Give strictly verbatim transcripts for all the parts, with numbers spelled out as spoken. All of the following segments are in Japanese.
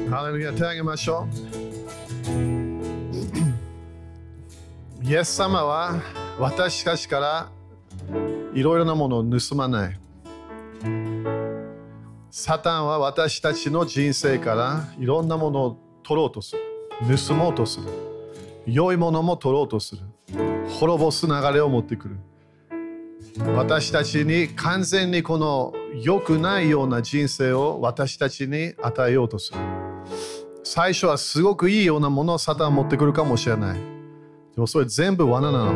ハレルヤ、手を挙げましょう。イエス様は私たちからいろいろなものを盗まない。サタンは私たちの人生からいろんなものを取ろうとする。盗もうとする。良いものも取ろうとする。滅ぼす流れを持ってくる。私たちに完全にこの良くないような人生を私たちに与えようとする。最初はすごくいいようなものをサタンは持ってくるかもしれない。でもそれ全部罠なの。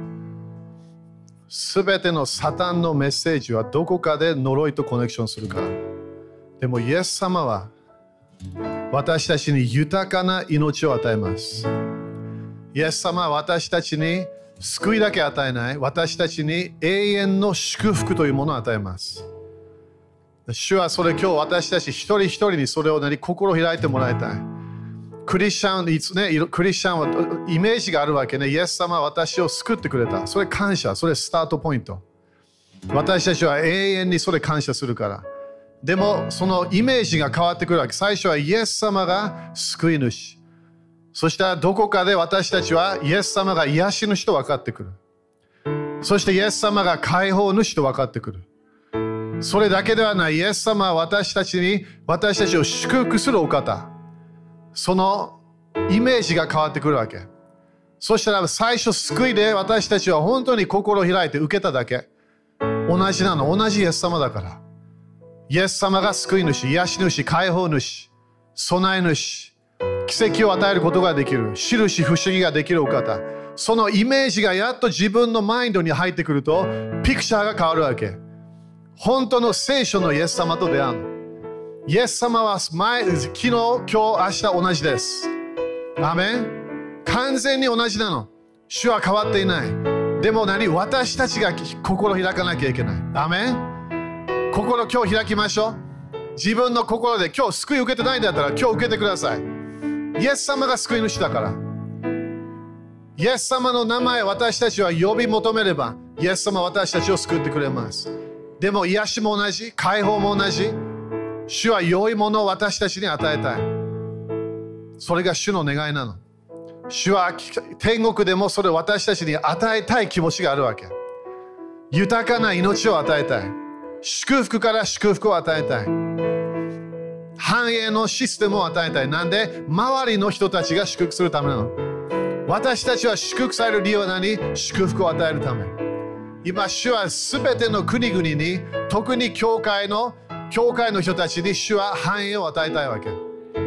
すべてのサタンのメッセージはどこかで呪いとコネクションするから。でもイエス様は私たちに豊かな命を与えます。イエス様は私たちに救いだけ与えない、私たちに永遠の祝福というものを与えます。主はそれ今日私たち一人一人にそれを何心を開いてもらいたい。クリスチャン、ね、クリスチャンはイメージがあるわけね。イエス様は私を救ってくれた。それ感謝、それスタートポイント。私たちは永遠にそれ感謝するから。でもそのイメージが変わってくるわけ。最初はイエス様が救い主。そしたらどこかで私たちはイエス様が癒し主と分かってくる。そしてイエス様が解放主と分かってくる。それだけではない。イエス様は私たちに、私たちを祝福するお方。そのイメージが変わってくるわけ。そしたら最初救いで私たちは本当に心を開いて受けただけ。同じなの。同じイエス様だから。イエス様が救い主、癒し主、解放主、備え主。奇跡を与えることができる。印不思議ができるお方。そのイメージがやっと自分のマインドに入ってくると、ピクチャーが変わるわけ。本当の聖書のイエス様と出会う。イエス様は前、昨日、今日、明日同じです。アメン。完全に同じなの。主は変わっていない。でも何？私たちが心を開かなきゃいけない。アメン。心今日開きましょう。自分の心で今日救い受けてないんだったら今日受けてください。イエス様が救い主だから。イエス様の名前私たちは呼び求めれば、イエス様は私たちを救ってくれます。でも癒しも同じ、解放も同じ。主は良いものを私たちに与えたい。それが主の願いなの。主は天国でもそれを私たちに与えたい気持ちがあるわけ。豊かな命を与えたい。祝福から祝福を与えたい。繁栄のシステムを与えたい。なんで周りの人たちが祝福するためなの。私たちは祝福される理由は何？祝福を与えるため。今、主はすべての国々に、特に教会の、教会の人たちに主は繁栄を与えたいわけ。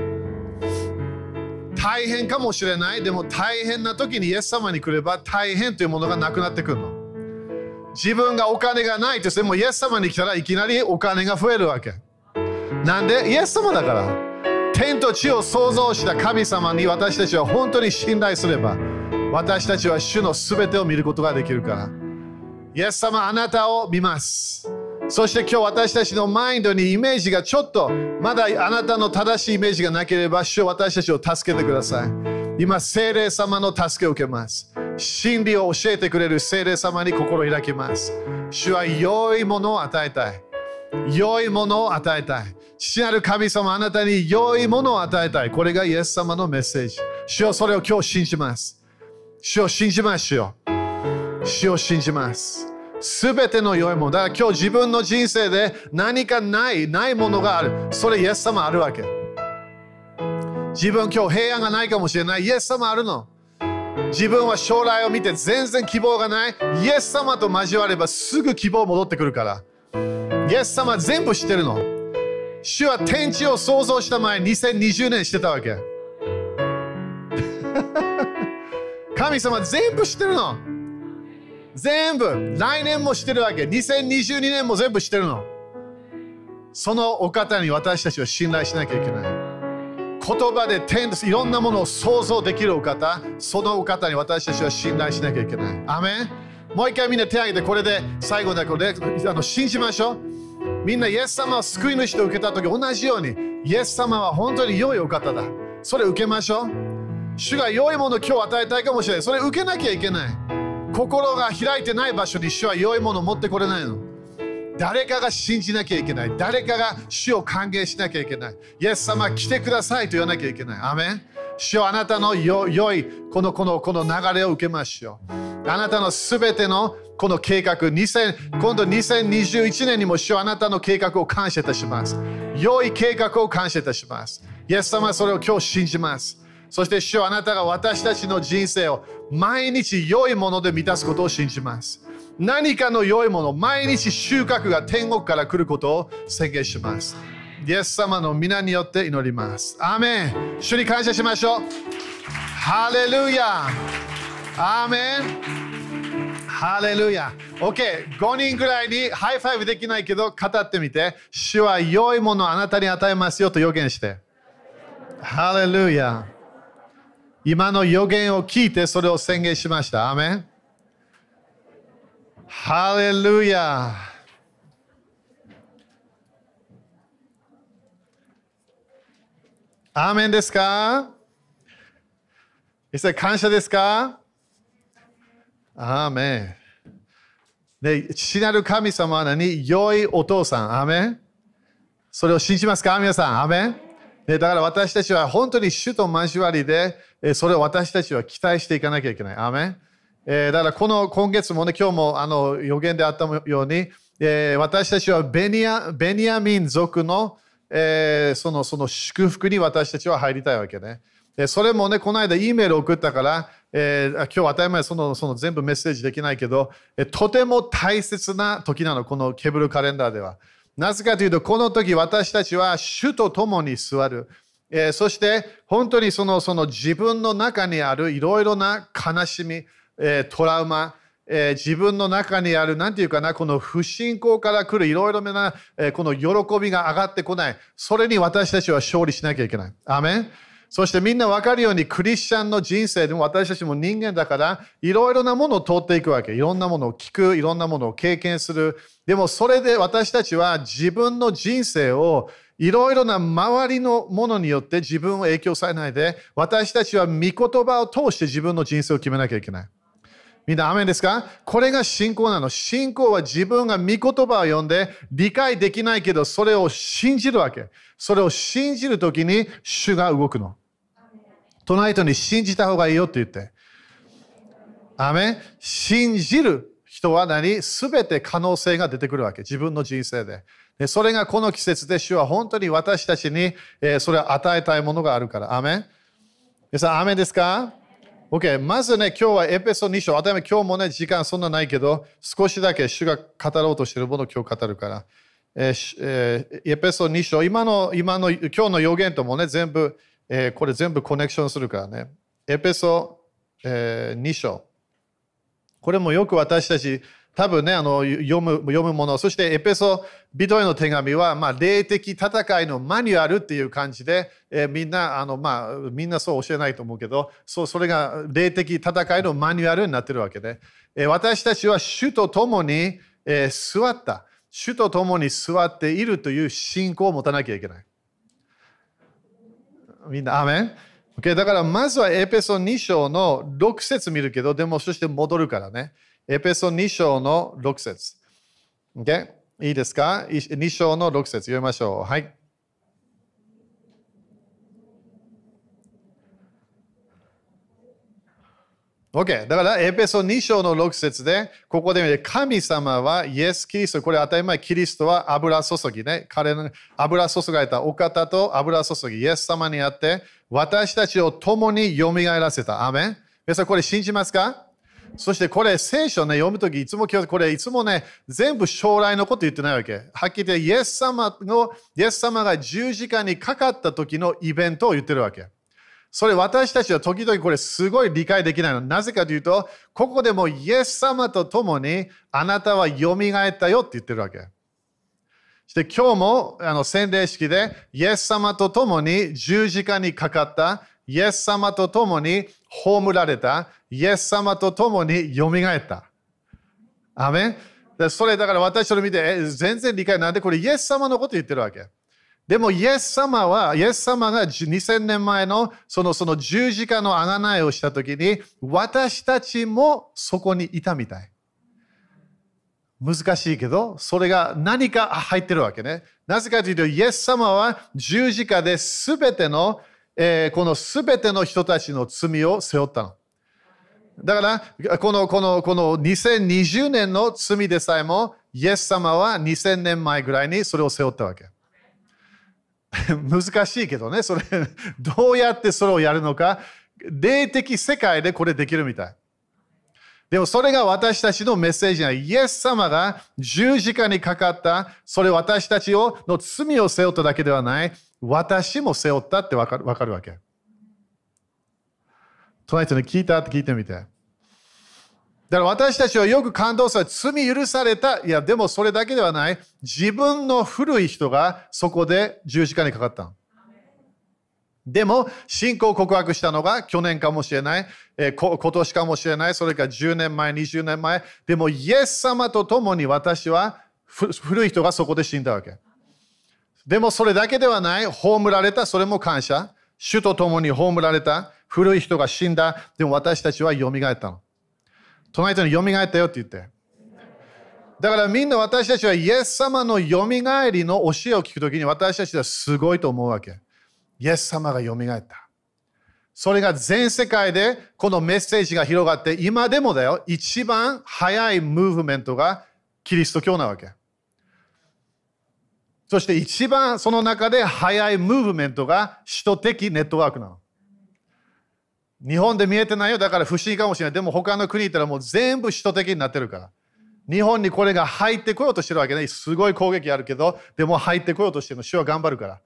大変かもしれない。でも大変な時にイエス様に来れば大変というものがなくなってくるの。自分がお金がないとしてもイエス様に来たらいきなりお金が増えるわけ。なんでイエス様だから。天と地を創造した神様に私たちは本当に信頼すれば、私たちは主のすべてを見ることができるから。イエス様、あなたを見ます。そして今日私たちのマインドにイメージがちょっとまだあなたの正しいイメージがなければ、主は私たちを助けてください。今、聖霊様の助けを受けます。真理を教えてくれる聖霊様に心を開きます。主は良いものを与えたい。良いものを与えたい。父なる神様、あなたに良いものを与えたい。これがイエス様のメッセージ。主よ、それを今日信じます。主を信じます。主よ。主を信じます。すべての良いもの。だから今日自分の人生で何かない、ないものがある。それイエス様あるわけ。自分今日平安がないかもしれない。イエス様あるの。自分は将来を見て全然希望がない。イエス様と交わればすぐ希望戻ってくるから。イエス様全部知ってるの。主は天地を創造した前にせんにじゅうねんしてたわけ。神様全部知ってるの。全部。来年も知ってるわけ。にせんにじゅうにねんも全部知ってるの。そのお方に私たちは信頼しなきゃいけない。言葉で天いろんなものを想像できるお方、そのお方に私たちは信頼しなきゃいけない。アメン。もう一回みんな手を挙げて、これで最後だこれであの信じましょう。みんなイエス様を救い主と受けたとき同じように、イエス様は本当に良いお方だ。それ受けましょう。主が良いものを今日与えたいかもしれない。それ受けなきゃいけない。心が開いてない場所に主は良いものを持ってこれないの。 誰かが信じなきゃいけない。誰かが主を歓迎しなきゃいけない。イエス様来てくださいと言わなきゃいけない。アメン。主よあなたのよ良いこのこのこの流れを受けましょう。あなたのすべてのこの計画、にせん今度にせんにじゅういちねんにも主よあなたの計画を感謝いたします。良い計画を感謝いたします。イエス様はそれを今日信じます。そして主よあなたが私たちの人生を毎日良いもので満たすことを信じます。何かの良いもの、毎日収穫が天国から来ることを宣言します。イエス様の皆によって祈ります。アーメン。主に感謝しましょう。ハレルヤ。アーメン。ハレルヤ。OK。ごにんぐらいにハイファイブできないけど語ってみて。主は良いものをあなたに与えますよと予言して。ハレルヤ。今の予言を聞いてそれを宣言しました。アーメン。ハレルヤ。アーメンですか？一切感謝ですか？アーメン。で、父なる神様は何？良いお父さん。アーメン。それを信じますか？皆さん。アーメン。で、だから私たちは本当に主と交わりで、それを私たちは期待していかなきゃいけない。アーメン。えー、だからこの今月もね、今日もあの予言であったように、えー、私たちはベニヤ、ベニヤミン族の、えー、その、その祝福に私たちは入りたいわけね。でそれもね、この間 E メールを送ったから、えー、今日当たり前そのその全部メッセージできないけど、えー、とても大切な時なの、このケブルカレンダーでは。なぜかというと、この時私たちは主と共に座る。えー、そして本当にその、その自分の中にあるいろいろな悲しみ、えー、トラウマ、えー、自分の中にある、なんていうかな、この不信仰から来るいろいろな、えー、この喜びが上がってこない。それに私たちは勝利しなきゃいけない。アーメン。そしてみんな分かるように、クリスチャンの人生でも私たちも人間だから、いろいろなものを通っていくわけ。いろんなものを聞く、いろんなものを経験する。でもそれで私たちは自分の人生をいろいろな周りのものによって自分を影響されないで、私たちは御言葉を通して自分の人生を決めなきゃいけない。みんな、アメンですか？これが信仰なの。信仰は自分が御言葉を読んで理解できないけど、それを信じるわけ。それを信じるときに主が動くの。隣人に信じた方がいいよって言って。アメン。信じる人は何？すべて可能性が出てくるわけ。自分の人生で。でそれがこの季節で主は本当に私たちに、えー、それを与えたいものがあるから。アメン。皆さん、アメンですか？OK、まずね、今日はエペソに章、当たり前今日もね、時間そんなないけど、少しだけ主が語ろうとしているものを今日語るから。えーえー、エペソに章、今の、今の、今日の予言ともね、全部、えー、これ全部コネクションするからね。エペソ、えー、に章。これもよく私たち、多分ね、あの読む、読むもの、そしてエペソ人への手紙は、まあ、霊的戦いのマニュアルっていう感じで、えー、みんな、あの、まあ、みんなそう教えないと思うけど、そう、それが霊的戦いのマニュアルになってるわけで、えー、私たちは主と共に、えー、座った。主と共に座っているという信仰を持たなきゃいけない。みんな、アーメン。Okay、だからまずはエペソに章のろく節見るけど、でもそして戻るからね。エペソに章のろく節。Okay？ いいですか？に章のろく節読みましょう。はい。OK。だからエペソに章のろく節で、ここで見て、神様はイエス・キリスト、これ当たり前、キリストは油注ぎね。彼の油注がれたお方と油注ぎ、イエス様にあって、私たちを共に蘇らせた。アーメン。皆さん、これ信じますか？そしてこれ聖書ね、読むときいつもこれいつもね、全部将来のこと言ってないわけ。はっきり言ってイエス様の、イエス様が十字架にかかった時のイベントを言ってるわけ。それ私たちは時々これすごい理解できないの。なぜかというと、ここでもイエス様と共にあなたは蘇ったよって言ってるわけ。そして今日もあの洗礼式でイエス様と共に十字架にかかった、イエス様と共に葬られた、イエス様と共に蘇った。アメン。でそれだから私それ見て、え全然理解なんでこれイエス様のこと言ってるわけ。でもイエス様は、イエス様がにせんねんまえのそのその十字架の贖いをしたときに、私たちもそこにいたみたい。 難しいけど、それが何か入ってるわけね。なぜかというと、イエス様は十字架で全ての、えー、この全ての人たちの罪を背負ったの。だから、この、この、このにせんにじゅうねんの罪でさえも、イエス様はにせんねんまえぐらいにそれを背負ったわけ。難しいけどね、それ、どうやってそれをやるのか、霊的世界でこれできるみたい。でもそれが私たちのメッセージなイエス様が十字架にかかった、それ私たちをの罪を背負っただけではない、私も背負ったってわかる、わかるわけ。隣人に聞いたって聞いてみて。だから私たちはよく感動する。罪許された。いや、でもそれだけではない。自分の古い人がそこで十字架にかかった。でも、信仰を告白したのが去年かもしれない、えー、こ今年かもしれない、それからじゅうねんまえ、にじゅうねんまえ。でも、イエス様と共に私は、古い人がそこで死んだわけ。でも、それだけではない。葬られた、それも感謝。主と共に葬られた。古い人が死んだ。でも、私たちは蘇ったの。隣人に蘇ったよって言って。だからみんな私たちはイエス様の蘇りの教えを聞くときに私たちはすごいと思うわけ。イエス様が蘇った。それが全世界でこのメッセージが広がって、今でもだよ、一番早いムーブメントがキリスト教なわけ。そして一番その中で早いムーブメントが首都的ネットワークなの。日本で見えてないよ。だから不思議かもしれない。でも他の国行ったらもう全部首都的になってるから。日本にこれが入ってこようとしてるわけね。すごい攻撃あるけど、でも入ってこようとしてるの。主は頑張るから。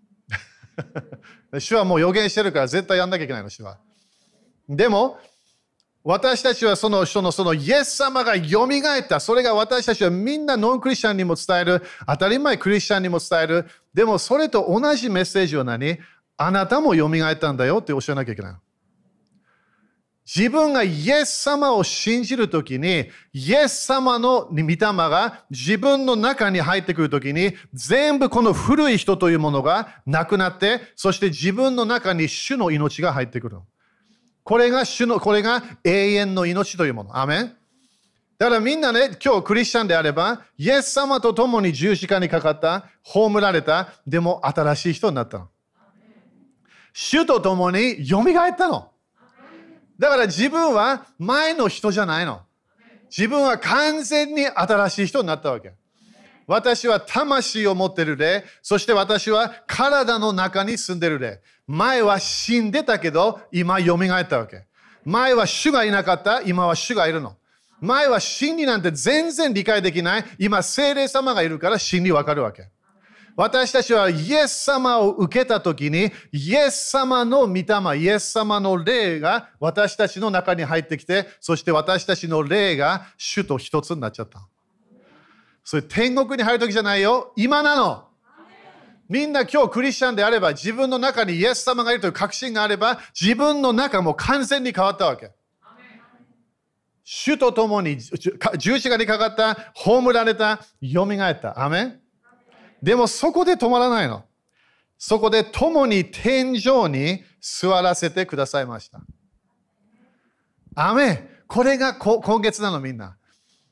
主はもう予言してるから絶対やんなきゃいけないの、主は。でも、私たちはその人のそのイエス様が蘇った。それが私たちはみんなノンクリスチャンにも伝える。当たり前クリスチャンにも伝える。でもそれと同じメッセージは何？あなたも蘇ったんだよって教えなきゃいけない。自分がイエス様を信じるときに、イエス様の御霊が自分の中に入ってくるときに、全部この古い人というものがなくなって、そして自分の中に主の命が入ってくる。これが主の、これが永遠の命というもの。アメン。だからみんなね、今日クリスチャンであれば、イエス様と共に十字架にかかった、葬られた、でも新しい人になったの。主と共に蘇ったの。だから自分は前の人じゃないの。自分は完全に新しい人になったわけ。私は魂を持っている霊、そして私は体の中に住んでいる霊。前は死んでたけど、今蘇ったわけ。前は主がいなかった、今は主がいるの。前は真理なんて全然理解できない、今聖霊様がいるから真理わかるわけ。私たちはイエス様を受けたときに、イエス様の御霊、イエス様の霊が私たちの中に入ってきて、そして私たちの霊が主と一つになっちゃった。それ天国に入るときじゃないよ。今なの。みんな今日クリスチャンであれば、自分の中にイエス様がいるという確信があれば、自分の中も完全に変わったわけ。主と共に十字架にかかった、葬られた、蘇った。アメン。でもそこで止まらないの。そこで共に天井に座らせてくださいました。アメン。これが今月なの、みんな。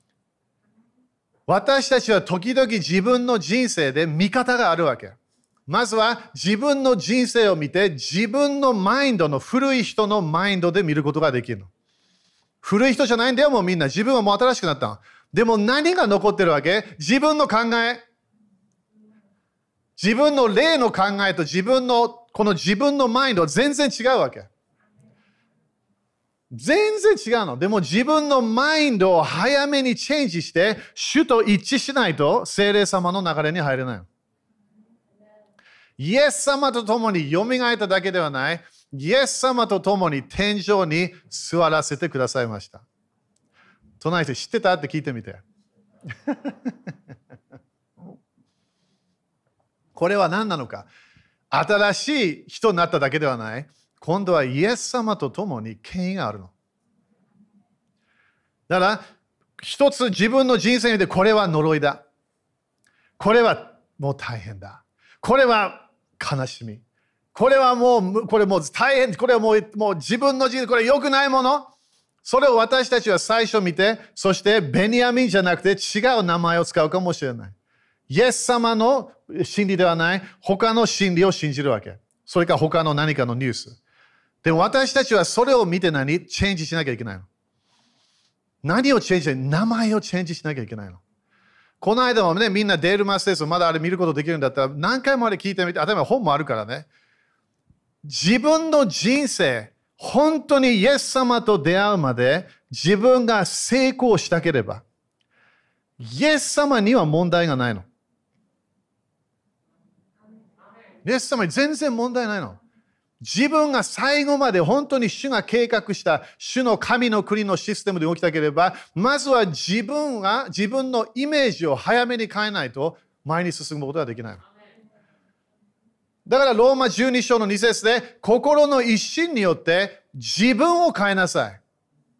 私たちは時々自分の人生で見方があるわけ。まずは自分の人生を見て、自分のマインドの古い人のマインドで見ることができるの。古い人じゃないんだよ、もうみんな。自分はもう新しくなったの。でも何が残ってるわけ？自分の考え。自分の霊の考えと自分の、この自分のマインドは全然違うわけ。全然違うの。でも自分のマインドを早めにチェンジして、主と一致しないと聖霊様の流れに入れない。イエス様と共に蘇っただけではない。イエス様と共に天井に座らせてくださいました。隣人知ってたって聞いてみて。これは何なのか。新しい人になっただけではない。今度はイエス様と共に権威があるの。だから、一つ自分の人生でこれは呪いだ。これはもう大変だ。これは悲しみ。これはもう、これもう大変。これはもう、もう自分の人生、これ良くないもの。 それを私たちは最初見て、そしてベニヤミンじゃなくて違う名前を使うかもしれない。イエス様の真理ではない、他の真理を信じるわけ。それか他の何かのニュース。でも私たちはそれを見て何チェンジしなきゃいけないの。何をチェンジしない名前をチェンジしなきゃいけないの。この間もね、みんなデールマステスをまだあれ見ることできるんだったら、何回もあれ聞いてみて、例えば本もあるからね。自分の人生、本当にイエス様と出会うまで自分が成功したければ、イエス様には問題がないの。イエス様に全然問題ないの。自分が最後まで本当に主が計画した主の神の国のシステムで起きたければ、まずは自分が自分のイメージを早めに変えないと前に進むことができない。だからローマじゅうに章のに節で心の一心によって自分を変えなさい。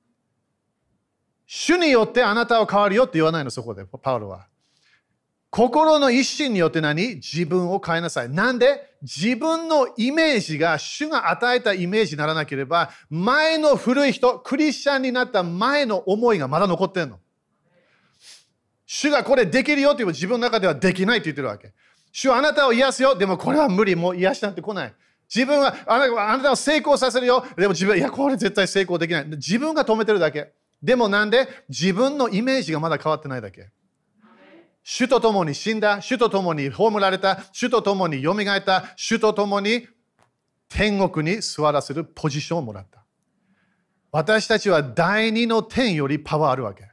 主によってあなたは変わるよって言わないの、そこでパウロは。心の一心によって何？自分を変えなさい。なんで？自分のイメージが主が与えたイメージにならなければ、前の古い人、クリスチャンになった前の思いがまだ残ってんの。主がこれできるよって言う自分の中ではできないって言ってるわけ。主はあなたを癒すよ。でもこれは無理。もう癒しなんて来ない。自分はあなたを成功させるよ。でも自分は、いや、これ絶対成功できない。自分が止めてるだけ。でもなんで？自分のイメージがまだ変わってないだけ。主と共に死んだ、主と共に葬られた、主と共によみがえった、主と共に天国に座らせるポジションをもらった。私たちは第二の天よりパワーあるわけ。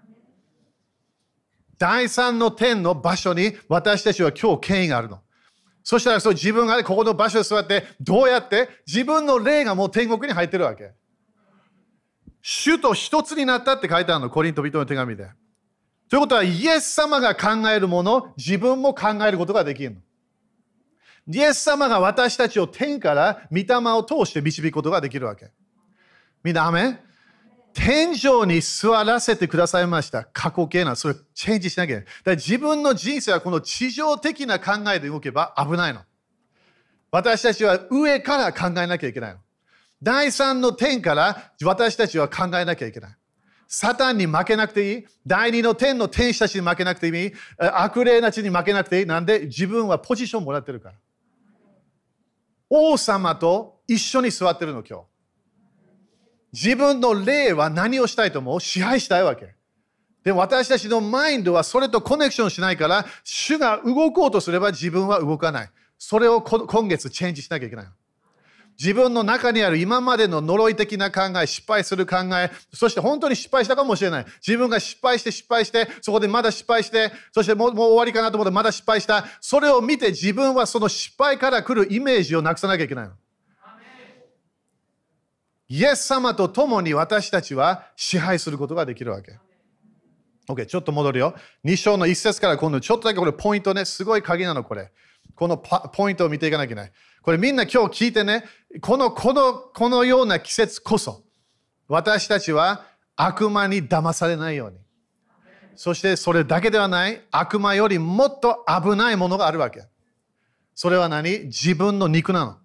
第三の天の場所に私たちは今日権威があるの。そしたらそう自分がここの場所に座ってどうやって自分の霊がもう天国に入ってるわけ。主と一つになったって書いてあるの、コリント人の手紙で。ということは、イエス様が考えるもの、自分も考えることができるの。イエス様が私たちを天から御霊を通して導くことができるわけ。みんな、アメン？天井に座らせてくださいました。過去形な、それチェンジしなきゃいけない。だから自分の人生はこの地上的な考えで動けば危ないの。私たちは上から考えなきゃいけないの。第三の天から私たちは考えなきゃいけない。サタンに負けなくていい。第二の天の天使たちに負けなくていい。悪霊たちに負けなくていい。なんで自分はポジションもらってるから。王様と一緒に座ってるの今日。自分の霊は何をしたいと思う？支配したいわけ。でも私たちのマインドはそれとコネクションしないから、主が動こうとすれば自分は動かない。それを今月チェンジしなきゃいけない。自分の中にある今までの呪い的な考え、失敗する考え、そして本当に失敗したかもしれない。自分が失敗して失敗して、そこでまだ失敗して、そしてもう、もう終わりかなと思ってまだ失敗した。それを見て自分はその失敗から来るイメージをなくさなきゃいけないの。イエス様と共に私たちは支配することができるわけ。OK、ちょっと戻るよ。に章のいち節から今度ちょっとだけこれポイントね、すごい鍵なのこれ。このポイントを見ていかなきゃいけない。これみんな今日聞いてね、この、この、このような季節こそ、私たちは悪魔に騙されないように。そしてそれだけではない、悪魔よりもっと危ないものがあるわけ。それは何？自分の肉なの。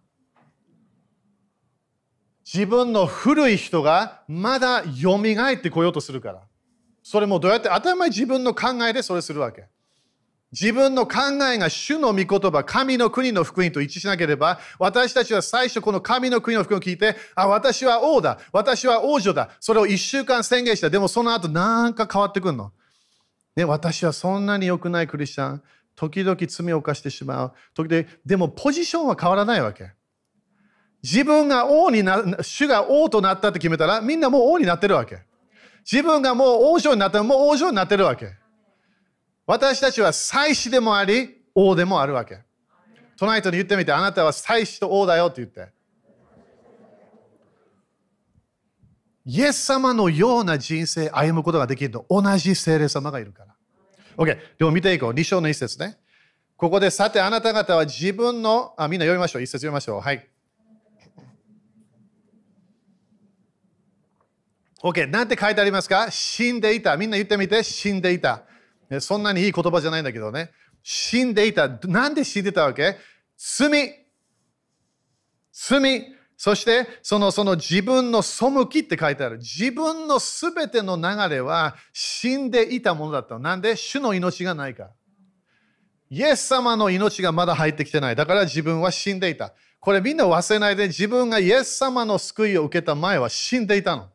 自分の古い人がまだ蘇ってこようとするから。それもどうやって当たり前自分の考えでそれするわけ。自分の考えが主の御言葉、神の国の福音と一致しなければ、私たちは最初この神の国の福音を聞いて、あ、私は王だ、私は王女だ。それを一週間宣言した。でもその後なんか変わってくるの。ね、私はそんなに良くないクリスチャン。時々罪を犯してしまう。時々、でもポジションは変わらないわけ。自分が王にな、主が王となったって決めたら、みんなもう王になってるわけ。自分がもう王女になったら、もう王女になってるわけ。私たちは祭司でもあり、王でもあるわけ。隣人に言ってみて、あなたは祭司と王だよって言って。イエス様のような人生歩むことができると、同じ聖霊様がいるから。OK。でも見ていこう。に章の一節ね。ここで、さてあなた方は自分の、あ、みんな読みましょう。一節読みましょう。はい。OK。なんて書いてありますか？死んでいた。みんな言ってみて。死んでいた。そんなにいい言葉じゃないんだけどね。死んでいた。なんで死んでたわけ？罪。罪。 そして、その、その自分の背きって書いてある。自分のすべての流れは死んでいたものだったの。なんで主の命がないから。イエス様の命がまだ入ってきてない。だから自分は死んでいた。これみんな忘れないで、自分がイエス様の救いを受けた前は死んでいたの。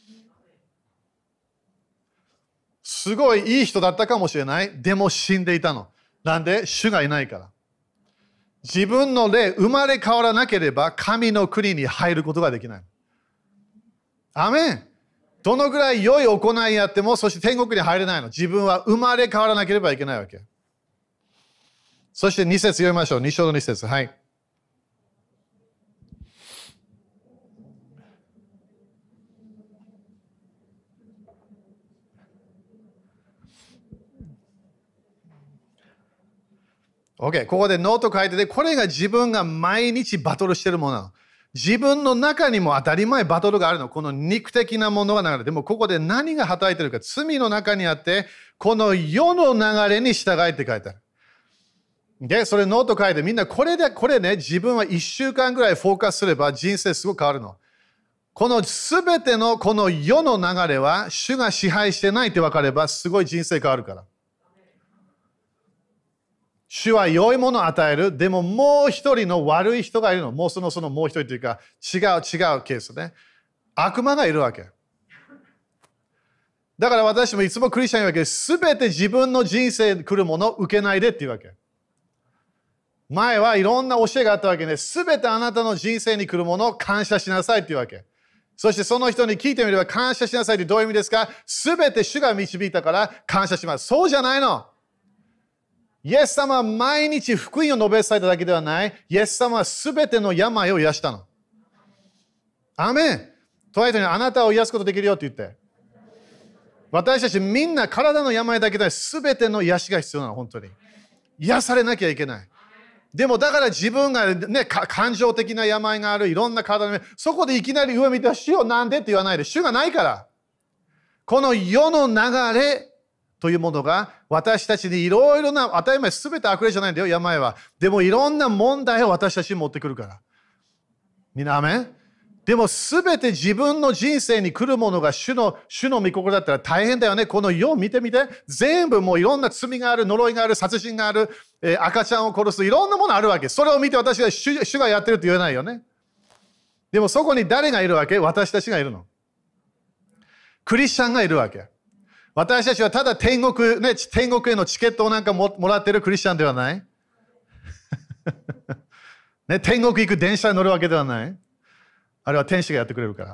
すごいいい人だったかもしれない。でも死んでいたの。なんで主がいないから。自分の霊、生まれ変わらなければ神の国に入ることができない。アメン。どのぐらい良い行いやっても、そして天国に入れないの。自分は生まれ変わらなければいけないわけ。そしてに節読みましょう。に章のに節。はい。OK。ここでノート書いてて、これが自分が毎日バトルしてるものなの。自分の中にも当たり前バトルがあるの。この肉的なものが流れて、でもここで何が働いてるか、罪の中にあって、この世の流れに従いって書いてある。で、それノート書いて、みんなこれで、これね、自分はいっしゅうかんぐらいフォーカスすれば人生すごく変わるの。このすべてのこの世の流れは、主が支配してないって分かれば、すごい人生変わるから。主は良いものを与える。でももう一人の悪い人がいるの。もうそのそのもう一人というか、違う違うケースね。悪魔がいるわけ。だから私もいつもクリスチャンに言うわけです。すべて自分の人生に来るものを受けないでっていうわけ。前はいろんな教えがあったわけで、すべてあなたの人生に来るものを感謝しなさいっていうわけ。そしてその人に聞いてみれば感謝しなさいってどういう意味ですか？すべて主が導いたから感謝します。そうじゃないの。イエス様は毎日福音を述べ伝えただけではない。イエス様はすべての病を癒したの。アメン。トライトにあなたを癒すことできるよって言って。私たちみんな体の病だけではすべての癒しが必要なの、本当に。癒されなきゃいけない。でもだから自分がね、感情的な病がある、いろんな体の病、そこでいきなり上見て、主よなんでって言わないで、主がないから。この世の流れというものが私たちにいろいろな、当たり前すべて悪霊じゃないんだよ、病は。でもいろんな問題を私たちに持ってくるから。みんなアメン？でもすべて自分の人生に来るものが主の、主の御心だったら大変だよね。この世を見てみて。全部もういろんな罪がある、呪いがある、殺人がある、えー、赤ちゃんを殺す、いろんなものあるわけ。それを見て私が 主, 主がやってると言えないよね。でもそこに誰がいるわけ？私たちがいるの。クリスチャンがいるわけ。私たちはただ天国、ね、天国へのチケットをなんか も, もらってるクリスチャンではない、ね、天国行く電車に乗るわけではない。あれは天使がやってくれるから。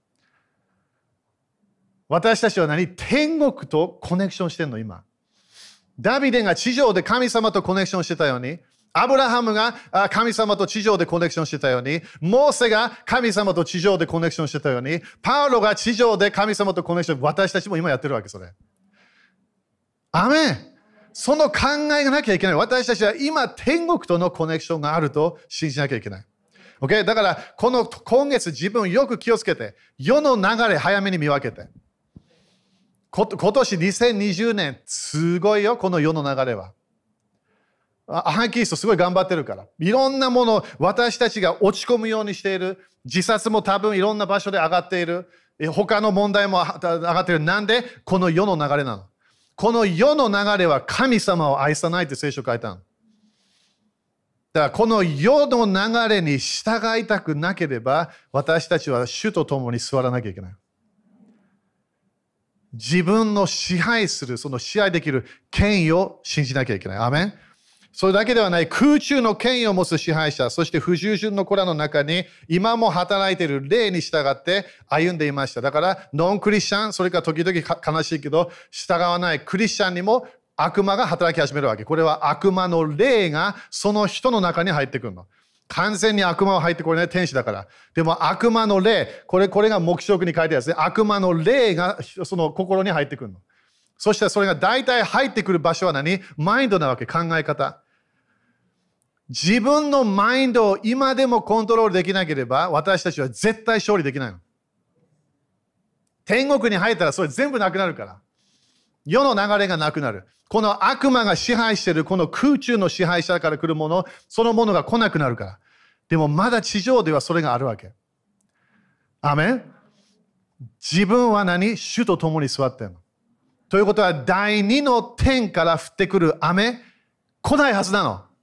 私たちは何？天国とコネクションしてんの、今。ダビデが地上で神様とコネクションしてたように、アブラハムが神様と地上でコネクションしてたように、モーセが神様と地上でコネクションしてたように、パウロが地上で神様とコネクション、私たちも今やってるわけ、それ。アメン。その考えがなきゃいけない。私たちは今天国とのコネクションがあると信じなきゃいけない。Okay? だから、この今月自分よく気をつけて、世の流れ早めに見分けて。今年にせんにじゅうねん、すごいよ、この世の流れは。アハンキリストすごい頑張ってるから。いろんなもの、私たちが落ち込むようにしている。自殺も多分いろんな場所で上がっている。他の問題も上がっている。なんでこの世の流れなの。この世の流れは神様を愛さないって聖書書いたの。だからこの世の流れに従いたくなければ、私たちは主と共に座らなきゃいけない。自分の支配する、その支配できる権威を信じなきゃいけない。アメン。それだけではない、空中の権威を持つ支配者、そして不従順の子らの中に、今も働いている霊に従って歩んでいました。だから、ノンクリスチャン、それから時々悲しいけど、従わないクリスチャンにも悪魔が働き始めるわけ。これは悪魔の霊がその人の中に入ってくるの。完全に悪魔は入ってこれない、天使だから。でも悪魔の霊、これ、これが黙示録に書いてあるやつね。悪魔の霊がその心に入ってくるの。そしてそれが大体入ってくる場所は何？マインドなわけ、考え方。自分のマインドを今でもコントロールできなければ、私たちは絶対勝利できないの。天国に入ったらそれ全部なくなるから。世の流れがなくなる。この悪魔が支配しているこの空中の支配者から来るもの、そのものが来なくなるから。 でもまだ地上ではそれがあるわけ。アメン。自分は何？主と共に座っているの。ということは、第二の天から降ってくる雨、来ないはずなの。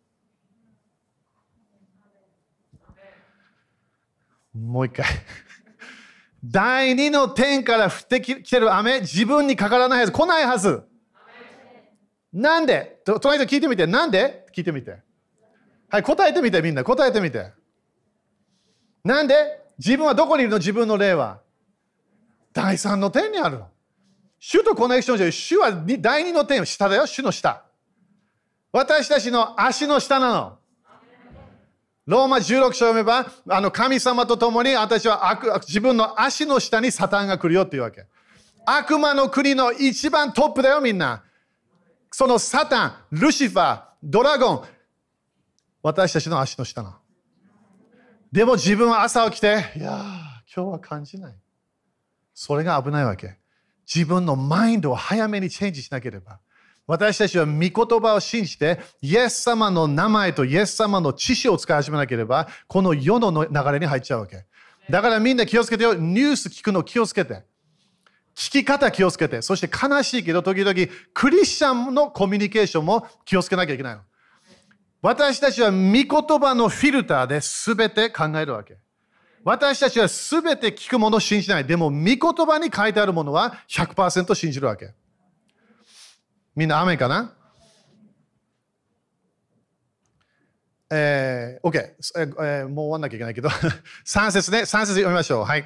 もう一回。第二の天から降ってきてる雨、自分にかからないはず、来ないはず。なんで？隣人聞いてみて。なんで？聞いてみて。はい、答えてみて、みんな。答えてみて。なんで？自分はどこにいるの？自分の霊は。第三の天にあるの。主とコネクションして、主は第二の天、下だよ、主の下。私たちの足の下なの。ローマじゅうろく章を読めば、あの神様と共に私は悪自分の足の下にサタンが来るよっていうわけ。悪魔の国の一番トップだよ、みんな。そのサタン、ルシファー、ドラゴン、私たちの足の下なの。でも自分は朝起きて、いやー、今日は感じない。それが危ないわけ。自分のマインドを早めにチェンジしなければ。私たちは御言葉を信じて、イエス様の名前とイエス様の知識を使い始めなければ、この世の流れに入っちゃうわけ。だからみんな気をつけてよ。ニュース聞くの気をつけて。聞き方気をつけて。そして悲しいけど、時々クリスチャンのコミュニケーションも気をつけなきゃいけないの。私たちは御言葉のフィルターで全て考えるわけ。私たちは全て聞くものを信じない。でも、御言葉に書いてあるものは ひゃくパーセント 信じるわけ。みんな、アメンかな？えー、OK、えー。もう終わんなきゃいけないけど、さん節ね。さん節読みましょう。はい。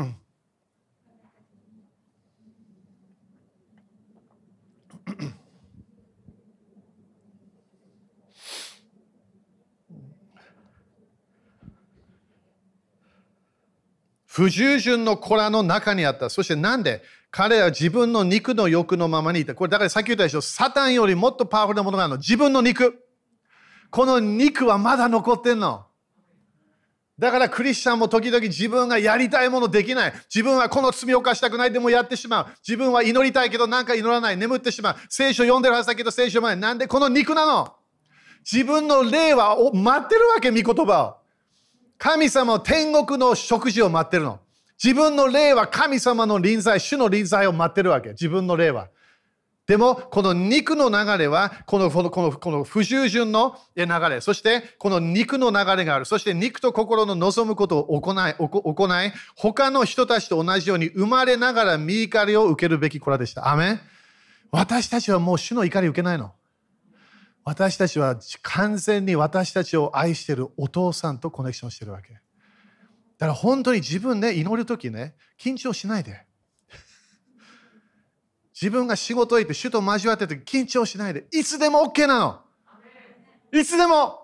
不従順の子らの中にあった。そしてなんで彼は自分の肉の欲のままにいた。これだからさっき言ったでしょ。サタンよりもっとパワフルなものがあるの。自分の肉。この肉はまだ残ってんの。だからクリスチャンも時々自分がやりたいものできない。自分はこの罪を犯したくないでもやってしまう。自分は祈りたいけどなんか祈らない。眠ってしまう。聖書読んでるはずだけど聖書読まない。なんでこの肉なの？自分の霊は待ってるわけ、御言葉を。神様は天国の食事を待ってるの。自分の霊は神様の臨在、主の臨在を待ってるわけ。自分の霊は。でも、この肉の流れは、この、この、この、この不従順の流れ、そして、この肉の流れがある。そして、肉と心の望むことを行い、行い、他の人たちと同じように生まれながら身怒りを受けるべき子らでした。アメン。私たちはもう主の怒りを受けないの。私たちは完全に私たちを愛しているお父さんとコネクションしているわけ。だから本当に自分で祈るときね、緊張しないで。自分が仕事行って主と交わってるとき緊張しないで。いつでも OK なの。いつでも。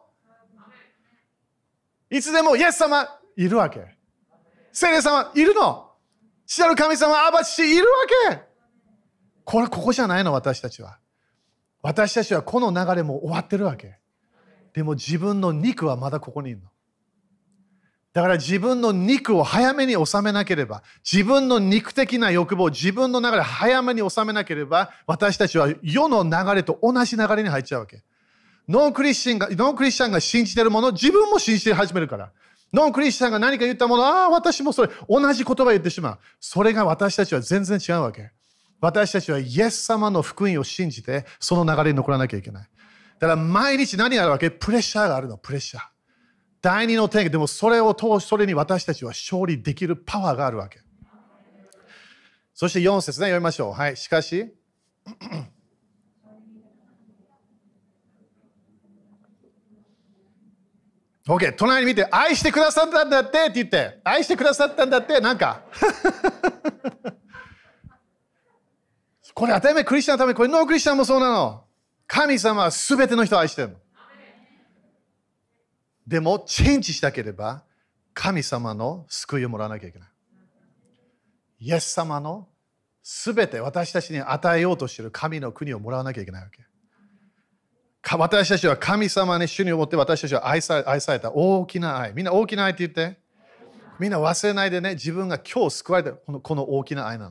いつでもイエス様いるわけ。聖霊様いるの。父なる神様、アバ父いるわけ。これここじゃないの、私たちは。私たちはこの流れも終わってるわけ。でも自分の肉はまだここにいるの。だから自分の肉を早めに収めなければ、自分の肉的な欲望、自分の流れを早めに収めなければ、私たちは世の流れと同じ流れに入っちゃうわけ。ノンクリスチャンが、ノンクリスチャンが信じているもの、自分も信じて始めるから。ノンクリスチャンが何か言ったもの、ああ、私もそれ、同じ言葉言ってしまう。それが私たちは全然違うわけ。私たちはイエス様の福音を信じて、その流れに残らなきゃいけない。だから毎日何があるわけ？プレッシャーがあるの、プレッシャー。第二の天気、でもそれを通し、それに私たちは勝利できるパワーがあるわけ。そしてよん節ね、読みましょう。はい、しかし、OK、隣に見て、愛してくださったんだってって言って、愛してくださったんだって、なんか。これ当たり前、クリスチャンのため、これノークリスチャンもそうなの。神様は全ての人を愛してるの。でも、チェンジしたければ、神様の救いをもらわなきゃいけない。イエス様の全て私たちに与えようとしている神の国をもらわなきゃいけないわけ。私たちは神様に主に思って私たちは愛され、愛された大きな愛。みんな大きな愛って言って。みんな忘れないでね、自分が今日救われたこの、この大きな愛なの。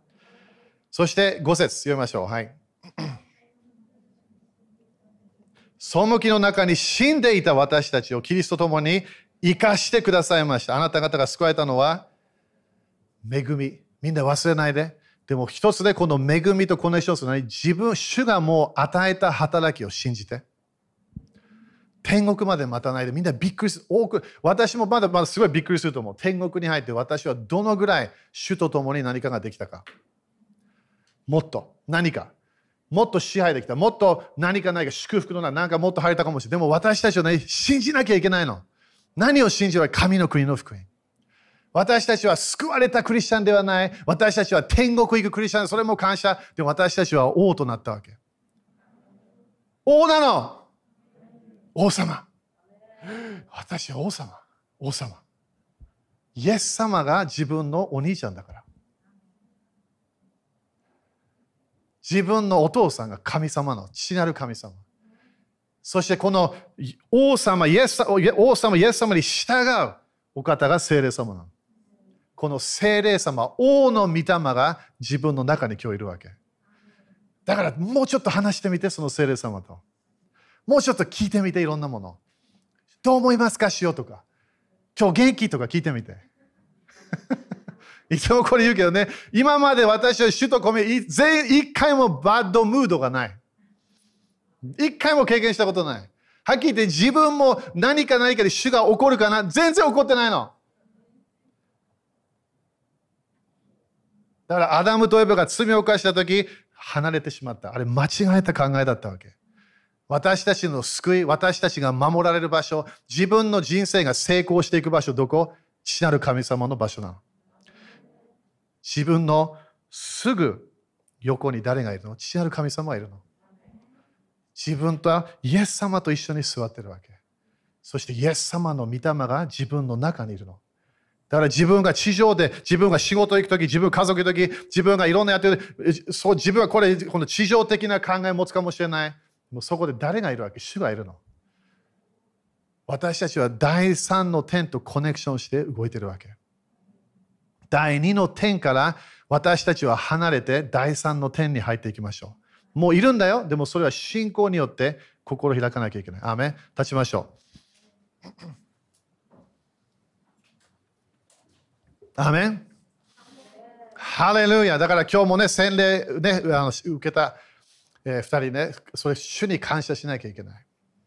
そしてご節読みましょう。はい。 背きの中に死んでいた私たちをキリストと共に生かしてくださいました。あなた方が救われたのは恵み。みんな忘れないで。でも一つでこの恵みとコネクションするのに、自分、主がもう与えた働きを信じて。天国まで待たないで、みんなびっくりする。多く、私もまだまだすごいびっくりすると思う。天国に入って私はどのぐらい主と共に何かができたか。もっと何か。もっと支配できた。もっと何か何か祝福のな、なんかもっと入れたかもしれない。でも私たちはね、信じなきゃいけないの。何を信じるか、神の国の福音。私たちは救われたクリスチャンではない。私たちは天国行くクリスチャン、それも感謝。でも私たちは王となったわけ。王なの。王様。私は王様。王様。イエス様が自分のお兄ちゃんだから。自分のお父さんが神様の父なる神様。そしてこの王様、イエス王様、イエス様に従うお方が聖霊様なの。この聖霊様、王の御霊が自分の中に今日いるわけ。だからもうちょっと話してみて、その聖霊様と。もうちょっと聞いてみて、いろんなもの。どう思いますか、しようとか。今日元気とか聞いてみて。いつもこれ言うけどね、今まで私は主とコミュニ全員一回もバッドムードがない。一回も経験したことない。はっきり言って自分も何か何かで主が怒るかな、全然怒ってないの。だからアダムとエバが罪を犯したとき、離れてしまった。あれ間違えた考えだったわけ。私たちの救い、私たちが守られる場所、自分の人生が成功していく場所、どこ？父なる神様の場所なの。自分のすぐ横に誰がいるの？父なる神様がいるの。自分とイエス様と一緒に座ってるわけ。そしてイエス様の御霊が自分の中にいるの。だから自分が地上で、自分が仕事行くとき、自分家族行くとき、自分がいろんなやってる、そう自分はこれ、この地上的な考えを持つかもしれない。もうそこで誰がいるわけ？主がいるの。私たちは第三の点とコネクションして動いてるわけ。第二の点から私たちは離れて第三の点に入っていきましょう。もういるんだよ。でもそれは信仰によって心を開かなきゃいけない。アーメン。立ちましょう。アーメン。ハレルヤ。だから今日もね、洗礼、ね、あの受けた、えー、ふたりね、それ主に感謝しなきゃいけない。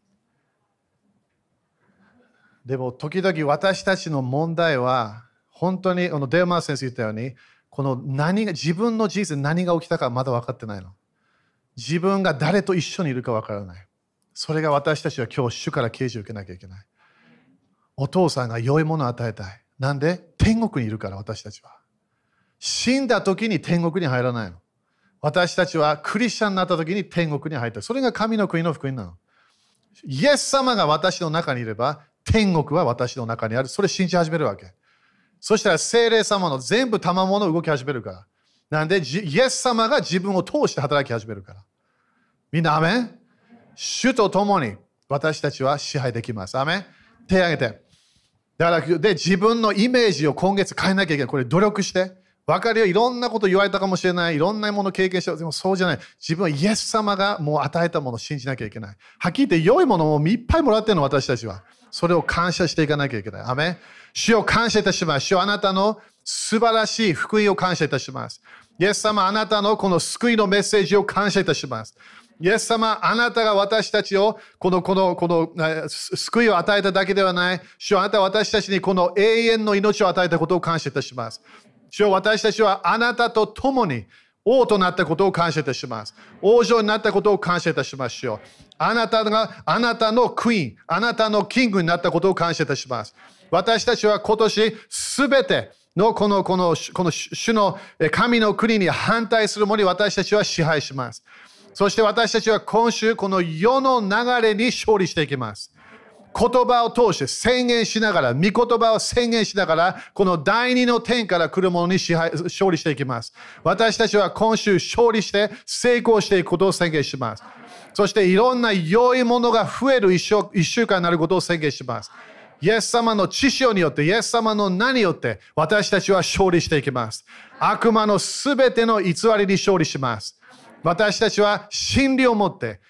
でも時々私たちの問題は、本当にあのデーマー先生言ったように、この何が自分の人生何が起きたかまだ分かってないの。自分が誰と一緒にいるか分からない。それが私たちは今日主から啓示を受けなきゃいけない。お父さんが良いものを与えたい。なんで天国にいるから私たちは。死んだ時に天国に入らないの。私たちはクリスチャンになった時に天国に入った。それが神の国の福音なの。イエス様が私の中にいれば天国は私の中にある。それ信じ始めるわけ。そしたら聖霊様の全部賜物動き始めるから。なんでイエス様が自分を通して働き始めるから。みんなアメン？主と共に私たちは支配できます。アメン？手を挙げて。だからで自分のイメージを今月変えなきゃいけない。これ努力して。分かるよ。いろんなこと言われたかもしれない。いろんなものを経験した。でもそうじゃない。自分はイエス様がもう与えたものを信じなきゃいけない。はっきり言って良いものをいっぱいもらってるの、私たちは。それを感謝していかなきゃいけない。アメン。主を感謝いたします。主よあなたの素晴らしい福音を感謝いたします。イエス様、あなたのこの救いのメッセージを感謝いたします。イエス様、あなたが私たちをこの、この、この救いを与えただけではない。主よあなたは私たちにこの永遠の命を与えたことを感謝いたします。主よ私たちはあなたと共に王となったことを感謝いたします。王女になったことを感謝いたします。主よあなたがあなたのクイーン、あなたのキングになったことを感謝いたします。私たちは今年すべてのこの、この、この主の神の国に反対するものに私たちは支配します。そして私たちは今週この世の流れに勝利していきます。言葉を通して宣言しながら、御言葉を宣言しながら、この第二の天から来るものに支配勝利していきます。私たちは今週勝利して成功していくことを宣言します。そしていろんな良いものが増える一週、一週間になることを宣言します。イエス様の知識によって、イエス様の名によって、私たちは勝利していきます。悪魔のすべての偽りに勝利します。私たちは真理を持って、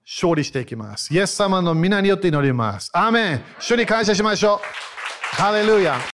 勝利していきます。イエス様の皆によって祈ります。アーメン。主に感謝しましょう。ハレルヤ。